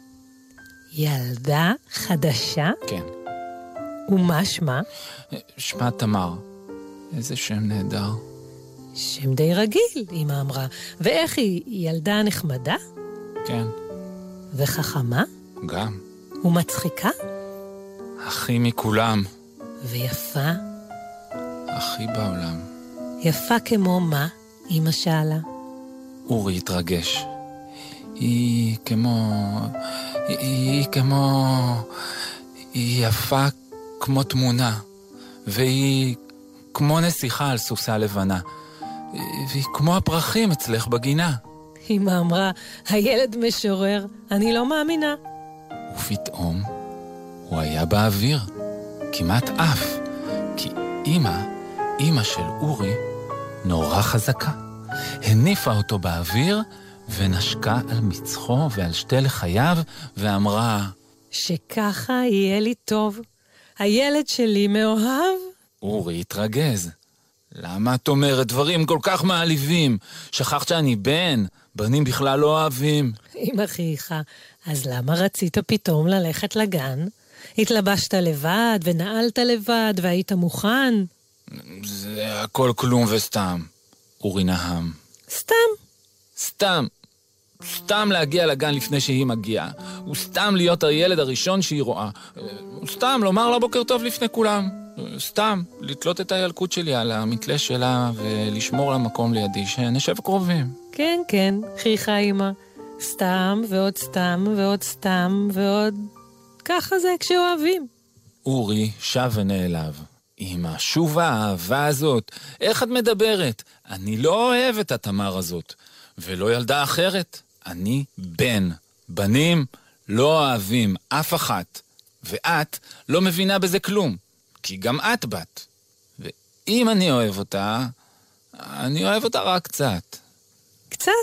ילדה חדשה? כן. ומה שמה? שמה תמר. איזה שם נהדר. שם די רגיל, אמא אמרה. ואיך היא? ילדה נחמדה? כן. וחכמה? גם. ומצחיקה? הכי מכולם. ויפה? הכי בעולם. יפה כמו מה? אמא שאלה. אורי התרגש. היא כמו... היא, היא כמו... היא יפה כמו תמונה. והיא כמו נסיכה על סוסה לבנה. והיא כמו הפרחים אצלך בגינה. אמא אמרה, הילד משורר, אני לא מאמינה. ופתאום הוא היה באוויר, כמעט אף. כי אמא, אמא של אורי, נורא חזקה. הניפה אותו באוויר ונשקה על מצחו ועל שתי לחייו ואמרה, שככה יהיה לי טוב. הילד שלי מאוהב? אורי התרגז. למה את אומרת דברים כל כך מעליבים? שכחת שאני בן, בנים בכלל לא אוהבים. אמא חייכה, אז למה רצית פתאום ללכת לגן? התלבשת לבד ונעלת לבד והיית מוכן? זה הכל כלום וסתם. אורי נהם. סתם? סתם. סתם להגיע לגן לפני שהיא מגיעה. וסתם להיות הילד הראשון שהיא רואה. סתם לומר לה בוקר טוב לפני כולם. סתם לתלות את הילקוט שלי על המתלה שלה ולשמור לה מקום לידי שנשב קרובים. כן, כן, חייכה אמא. סתם ועוד סתם ועוד סתם ועוד... ככה זה כשאוהבים. אורי שב ונעלב. אמא, שוב האהבה הזאת. איך את מדברת? אני לא אוהב את התמר הזאת. ולא ילדה אחרת. אני בן. בנים לא אוהבים אף אחת. ואת לא מבינה בזה כלום. כי גם את בת. ואם אני אוהב אותה, אני אוהב אותה רק קצת. קצת?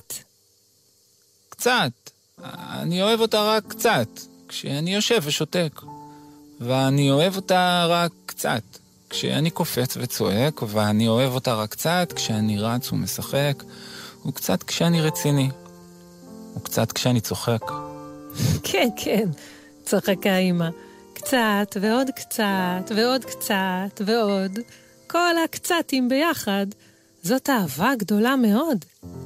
קצת. אני אוהב אותה רק קצת. כשאני יושב ושותק. ואני אוהב אותה רק קצת. כשאני קופץ וצועק, ואני אוהב אותה רק קצת כשאני רץ ומשחק, וקצת כשאני רציני, וקצת כשאני צוחק. כן, כן, צוחקה אמא. קצת ועוד קצת ועוד קצת ועוד. כל הקצתים ביחד, זאת אהבה גדולה מאוד.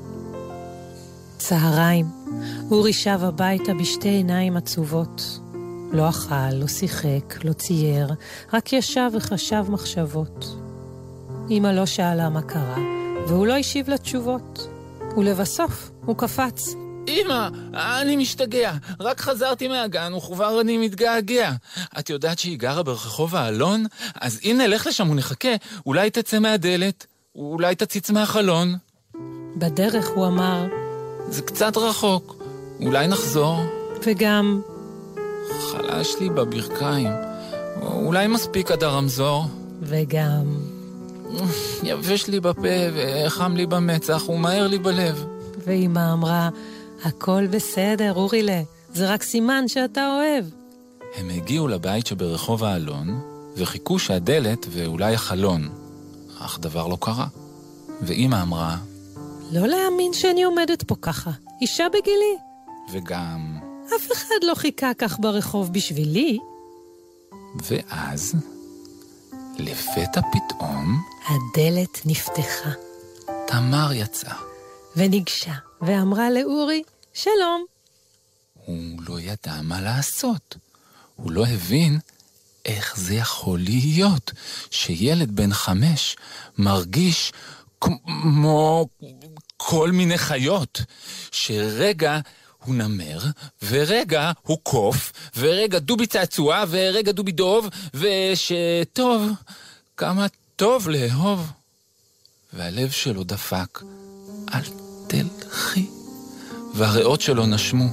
צהריים, אורי שב הביתה בשתי עיניים עצובות. לא אכל, לא שיחק, לא צייר, רק ישב וחשב מחשבות. אמא לא שאלה מה קרה, והוא לא השיב לתשובות. ולבסוף הוא קפץ. אמא, אני משתגע, רק חזרתי מהגן וכבר אני מתגעגע. את יודעת שהיא גרה ברחוב האלון? אז אם נלך לשם ונחכה, אולי תצא מהדלת, אולי תציץ מהחלון. בדרך הוא אמר, זה קצת רחוק, אולי נחזור. וגם... חלש לי בברכיים, אולי מספיק עד הרמזור. וגם... יבש לי בפה וחם לי במצח ומהר לי בלב. ואמא אמרה, הכל בסדר, אורילה, זה רק סימן שאתה אוהב. הם הגיעו לבית שברחוב האלון, וחיכו שהדלת ואולי החלון. אך דבר לא קרה. ואמא אמרה, לא להאמין שאני עומדת פה ככה, אישה בגילי. וגם... אף אחד לא חיכה כך ברחוב בשבילי. ואז, לפתע פתאום... הדלת נפתחה. תמר יצאה. וניגשה, ואמרה לאורי, שלום. הוא לא ידע מה לעשות. הוא לא הבין איך זה יכול להיות שילד בן חמש מרגיש כמו כל מיני חיות, שרגע הוא נמר, ורגע הוא קוף, ורגע דובי צעצוע, ורגע דובי דוב, ושטוב, כמה טוב לאהוב. והלב שלו דפק, אל תלכי, והריאות שלו נשמו,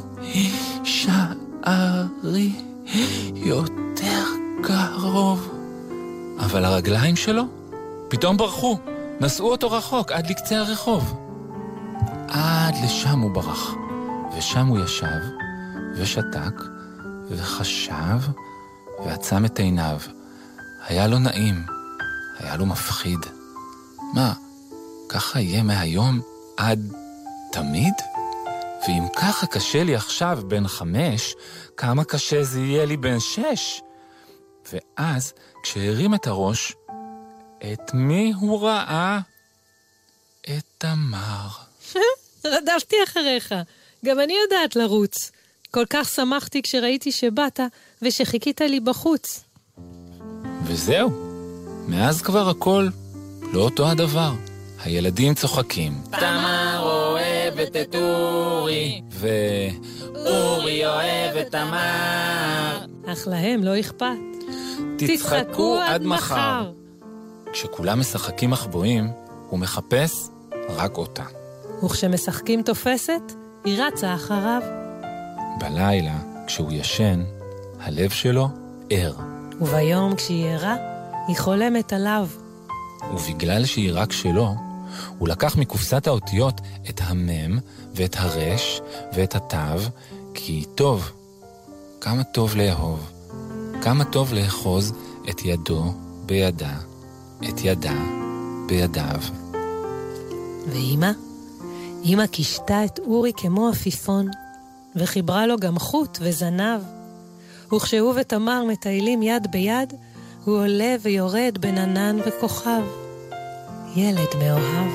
שערי יותר קרוב. אבל הרגליים שלו פתאום ברחו, נסעו אותו רחוק עד לקצה הרחוב. עד לשם הוא ברח, ושם הוא ישב, ושתק, וחשב, ועצם את עיניו. היה לו נעים, היה לו מפחיד. מה, ככה יהיה מהיום עד תמיד? ואם ככה קשה לי עכשיו בן חמש, כמה קשה זה יהיה לי בן שש? ואז, כשהרים את הראש, את מי הוא ראה? את תמר. רדפתי אחריך, גם אני יודעת לרוץ. כל כך שמחתי כשראיתי שבאת ושחיכית לי בחוץ. וזהו, מאז כבר הכל לא אותו הדבר. הילדים צוחקים. תמר אוהבת את אורי, ו... אורי אוהב את תמר. אך להם לא אכפת. תצחקו עד מחר. כשכולם משחקים מחבואים, הוא מחפש רק אותה. וכשמשחקים תופסת, היא רצה אחריו. בלילה, כשהוא ישן, הלב שלו ער. וביום כשהיא ערה, היא חולמת עליו. ובגלל שהיא רק שלו, הוא לקח מקופסת האותיות את המם ואת הרש ואת התו, כי טוב, כמה טוב לאהוב, כמה טוב לאחוז את ידו בידה, את ידה בידיו. ואמא? אמא קישתה את אורי כמו עפיפון, וחיברה לו גם חוט וזנב. וכשהוא ותמר מטיילים יד ביד, הוא עולה ויורד בין ענן וכוכב. ילד מאוהב.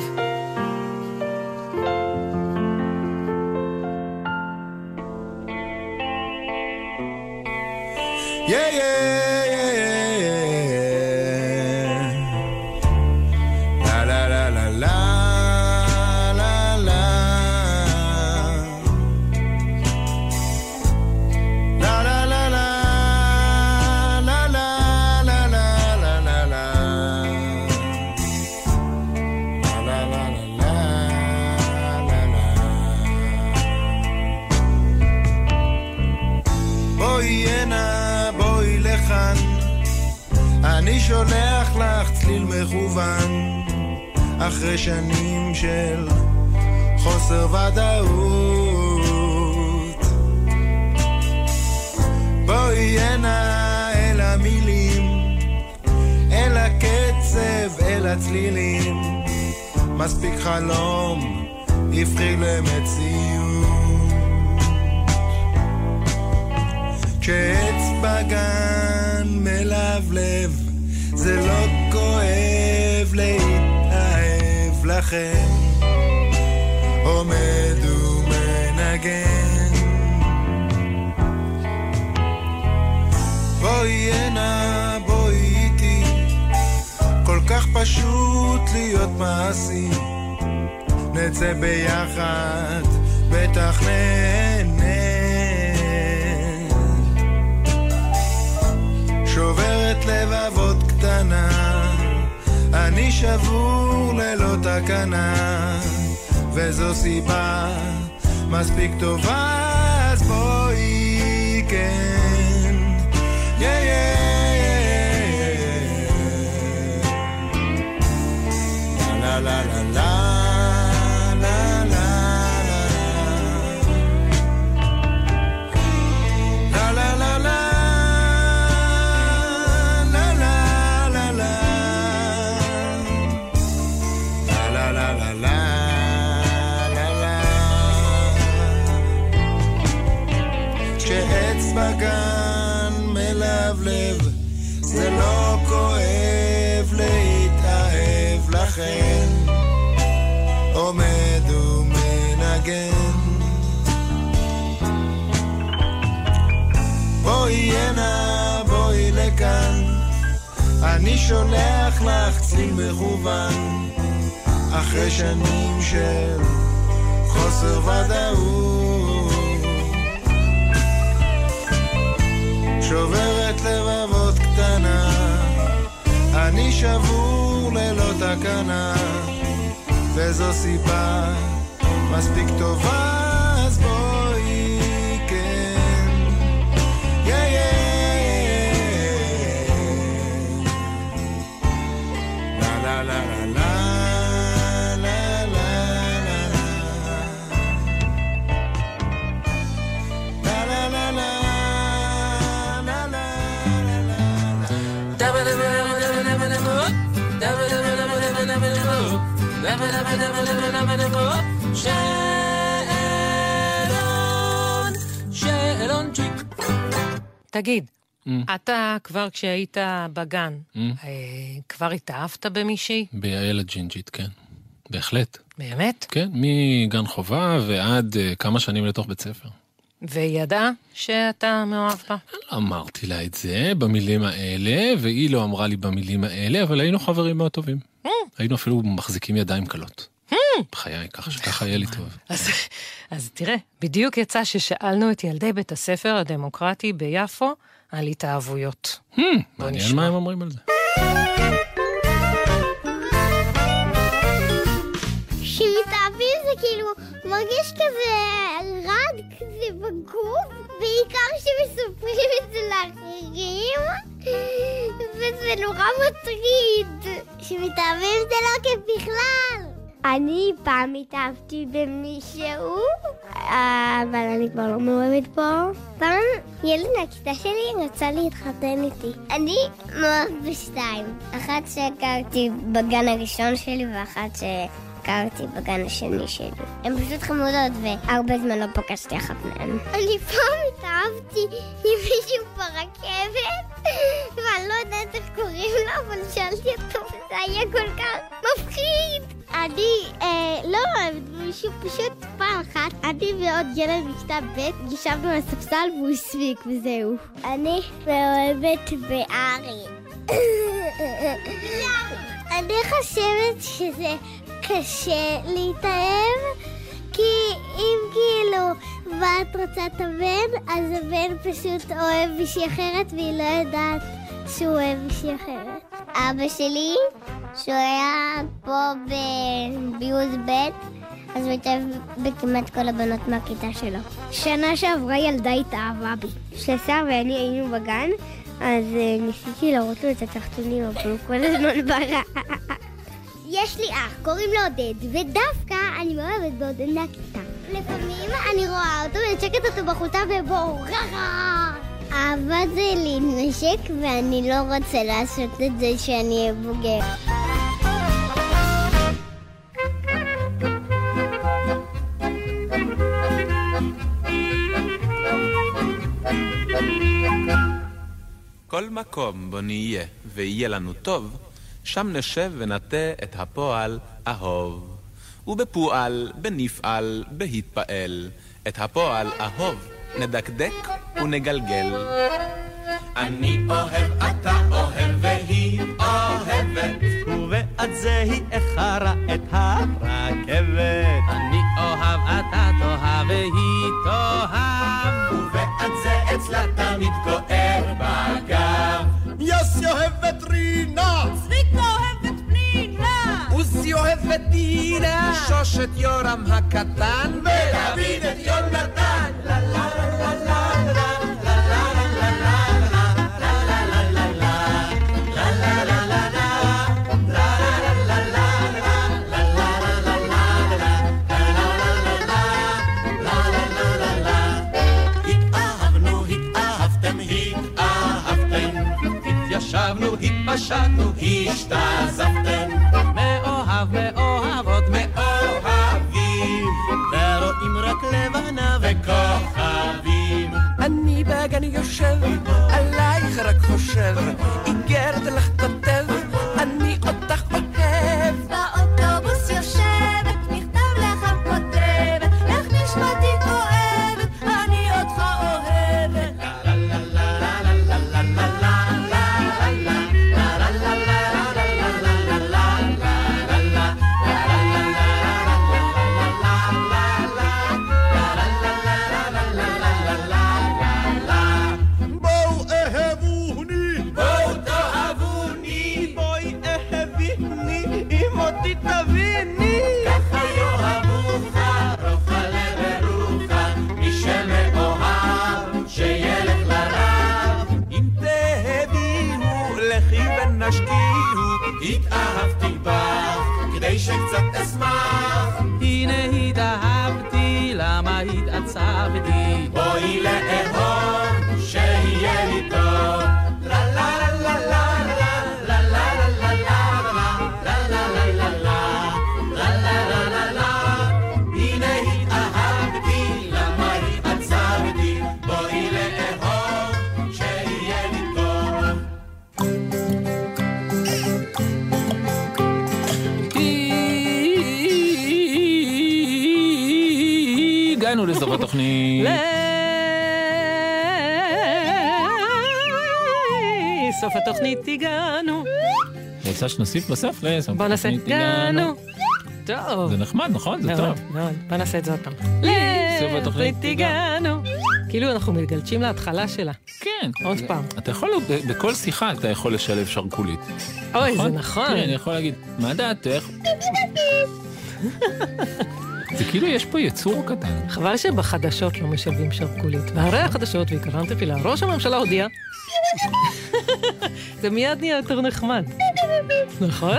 Yeah, yeah, yeah, yeah, yeah. La, la, la, la, la, la, la. La, la, la, la, la, la, la, la, la, la, la. La, la, la, la, la, la. בואי הנה, בואי לכאן, אני שולח לך צליל מכוון, אחרי שנים של חוסר ודאות. בואי הנה אל המילים, אל הקצב, אל הצלילים, מספיק חלום, יפחי למציאות. כשעץ בגן מלבלב, זה לא כואב להתאהב לכם, עומד ומנגן. בואי הנה, בואי איתי, כל כך פשוט להיות מעשי, נצא ביחד, בטח נהנה. שוברת לבבות קטנה, אני שבור ללא תקנה, וזו סיבה מספיק טובה, אז בואי כן. יא יא יא לה לה לה לה בגן מלבלב, זה לא כואב להתאהב לכן, עומד ומנגן. again. בואי הנה, בואי לכאן, אני שולח לך צליל מכוון, אחרי שנים של חוסר ודאות, שוברת לבבות קטנה, אני שבור ללא תקנה, וזו סיבה מספיק טובה, אז בואי כן. יא יא לה לה לה לה לה לה לה שאלון, שאלון צ'יק. תגיד, אתה כבר כשהיית בגן, כבר התאהבת במישהי? ביעל הג'ינג'ית, כן. בהחלט. באמת? כן, מגן חובה ועד כמה שנים לתוך בית ספר. והיא ידעה שאתה מאוהב בה? אמרתי לה את זה במילים האלה, והיא לא אמרה לי במילים האלה, אבל היינו חברים מאוד טובים. היינו אפילו מחזיקים ידיים קלות. בחיי, ככה היה לי טוב. אז תראה, בדיוק יצא ששאלנו את ילדי בית הספר הדמוקרטי ביפו על התאהבויות. מעניין מה הם אומרים על זה. שמתאהבים זה כאילו מרגיש כזה רד כזה בגוף, בעיקר שמסופרים את זה לאחרים, וזה נורא מטריד. שמתאהבים זה לא כיף בכלל. אני פעם התאהבתי במישהו, אבל אני כבר לא מאוהבת בו. פעם ילד מהכיתה שלי רצה להתחתן איתי. אני מאוהבת בשתיים. אחת שהכרתי בגן הראשון שלי ואחת שהכרתי בגן השני שלי. הן פשוט חמודות והרבה זמן לא פגשתי אחת מהן. אני פעם התאהבתי עם מישהו ברכבת, ואני לא יודעת איך קוראים לו, אבל שאלתי אותו וזה היה כל כך מפחיד. אני אה, לא אוהבת מישהו, פשוט פעם אחת, אני ועוד ילד בכיתה ב' ישבנו על הספסל והוא הספיק וזהו. אני מאוהבת בארי. אני חושבת שזה קשה להתאהב, כי אם כאילו ואת רוצה את הבן, אז הבן פשוט אוהב מישהי אחרת והיא לא יודעת שהוא אוהב מישהי אחרת. אבא שלי, שהוא היה פה ביוז ב', אז הוא התאהב בכמעט כל הבנות מהכיתה שלו. שנה שעברה ילדה התאהבה בי. ששר ואני היינו בגן, אז ניסיתי להראות לו את התחתונים, אבל הוא כל הזמן ברע. יש לי אח, קוראים לו עודד, ודווקא אני מאוהבת בעודד מהכיתה. לפעמים אני רואה אותו ונשקת אותו בחוטה ובוררה. אהבה זה להתנשק, ואני לא רוצה לעשות את זה שאני אהיה בוגר. כל מקום בו נהיה ויהיה לנו טוב, שם נשב ונטה את הפועל אהוב. ובפועל, בנפעל, בהתפעל, את הפועל אהוב נדקדק ונגלגל. אני אוהב, אתה אוהב, והיא אוהבת, ובעד זה היא אחרה את הרכבת. אני אוהב, אתה תאהב, והיא תאהב, ובעד זה אצלה תמיד כואב בגב. יוסי אוהב את רינה, צביקה אוהב את פנינה, עוזי אוהב את דינה, שוש את יורם הקטן, ודוד את יונתן. לה לה לה לה לה ישבנו, התפשטנו, השתזפתם, מאוהב, מאוהבות, מאוהבים, ורואים רק לבנה וכוכבים. אני בגן יושב, עלייך רק חושב, איגרת לך כותב, אני אותך אוהב. באוטובוס יושבת, מכתב לך כותבת, התאהבתי בך, כדי שקצת אשמח. הנה התאהבתי, למה התעצבתי? בואי לאהוב, שיהיה לי טוב. לה לה לה לה לה לה לה לה לה לה לה לה לה לה לה לה לה. הנה התאהבתי, למה התעצבתי? בואי לאהוב, שיהיה לי טוב. הגענו לסוף התוכנית. סוף התוכנית הגענו. רוצה שנוסיף בסוף לסוף בוא נעשה התוכנית הגענו. טוב. זה נחמד, נכון? זה מאוד, טוב. מאוד. בוא נעשה את זה עוד פעם. סוף התוכנית הגענו. כאילו אנחנו מתגלשים להתחלה שלה. כן. עוד פעם. אתה יכול, בכל שיחה אתה יכול לשלב שרקולית. אוי, זה נכון. כן, אני יכול להגיד, מה דעתך? זה כאילו יש פה יצור קטן. חבל שבחדשות לא משלבים שרקולית. והרי החדשות, ועיקרן תפילה, ראש הממשלה הודיע. זה מיד נהיה יותר נחמד. נכון?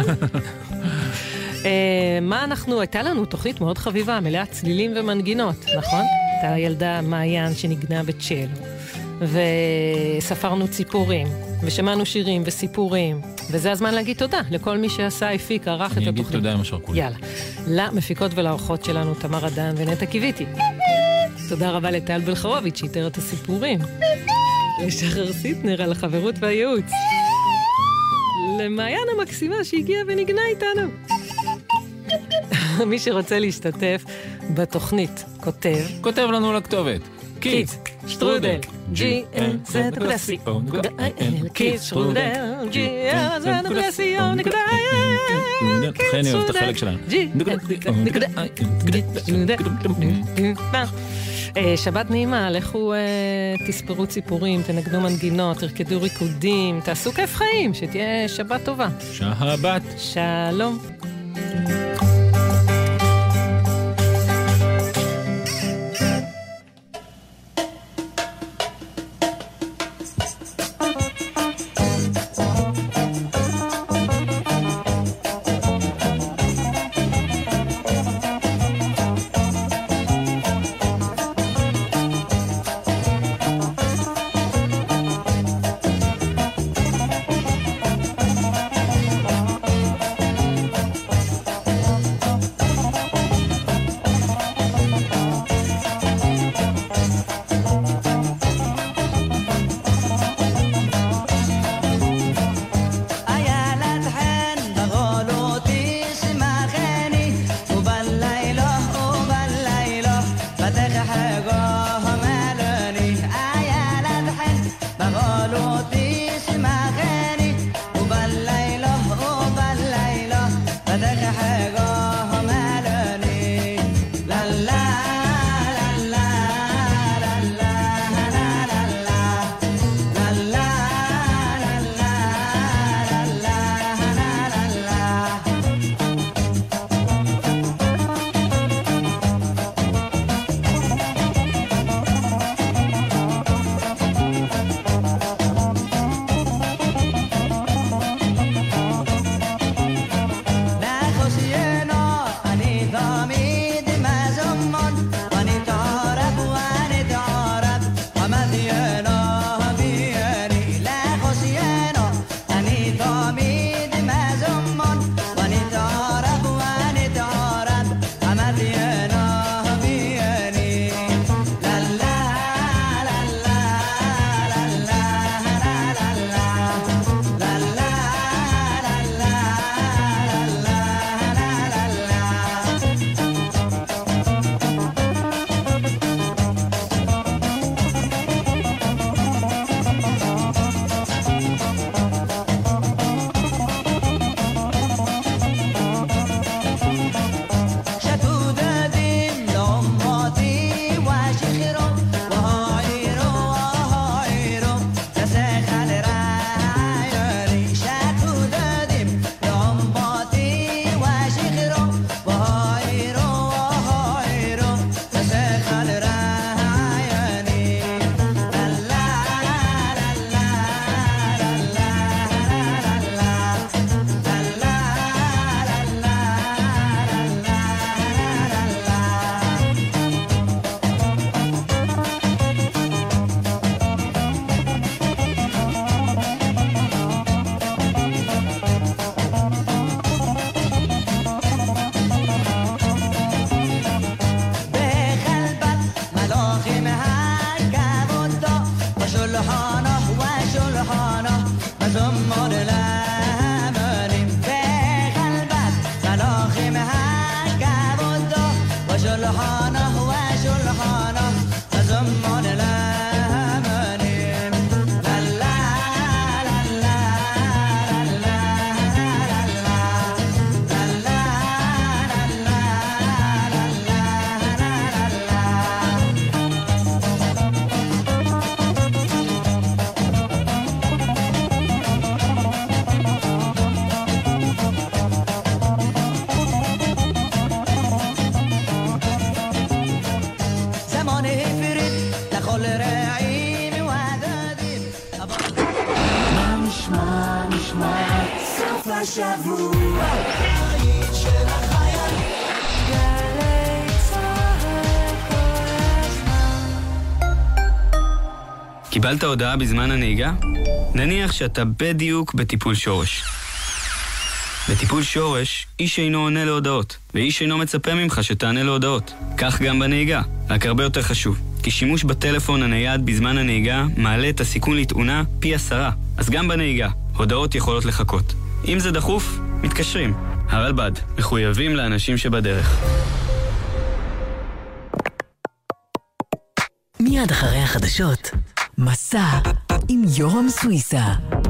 מה אנחנו, הייתה לנו תוכנית מאוד חביבה, מלאה צלילים ומנגינות, נכון? הייתה הילדה מעיין שנגנה בצ'לו, וספרנו ציפורים, ושמענו שירים וסיפורים, וזה הזמן להגיד תודה לכל מי שעשה, הפיק, ערך את התוכנית. אני אגיד תודה עם השרקולית. יאללה. למפיקות ולאורחות שלנו, תמר עדן ונטע קיוויתי. תודה רבה לטל בלחרוביץ' שאיתר את הסיפורים. לשחר סיטנר על החברות והייעוץ. למעיין המקסימה שהגיעה ונגנה איתנו. מי שרוצה להשתתף בתוכנית כותב כותב לנו לכתובת קידס שטרודל ג'י אל זד נקודה סי או נקודה איי אל קידס שטרודל ג'י אל זד נקודה סי או נקודה איי אל אחרי אני אוהב את החלק שלנו נקודה איי שבת נעימה, לכו תספרו ציפורים, תנגנו מנגינות, תרקדו ריקודים, תעשו כיף חיים, שתהיה שבת טובה. שבת. שלום. جلحانه وجلحانه زمان الأمانين لا لا لا لا لا لا زمان فرد لخل رعيم وعدادين מה נשמע, נשמע, סוף השבוע, העיד של החייל. גלי צהל כל הזמן. קיבלת הודעה בזמן הנהיגה? נניח שאתה בדיוק בטיפול שורש. בטיפול שורש, איש אינו עונה להודעות, ואיש אינו מצפה ממך שתענה להודעות. כך גם בנהיגה, רק הרבה יותר חשוב. כי שימוש בטלפון הנייד בזמן הנהיגה מעלה את הסיכון לתאונה פי עשרה. אז גם בנהיגה, הודעות יכולות לחכות. אם זה דחוף, מתקשרים. הרלב"ד, מחויבים לאנשים שבדרך. מיד אחרי החדשות, מסע עם יורם סוויסה.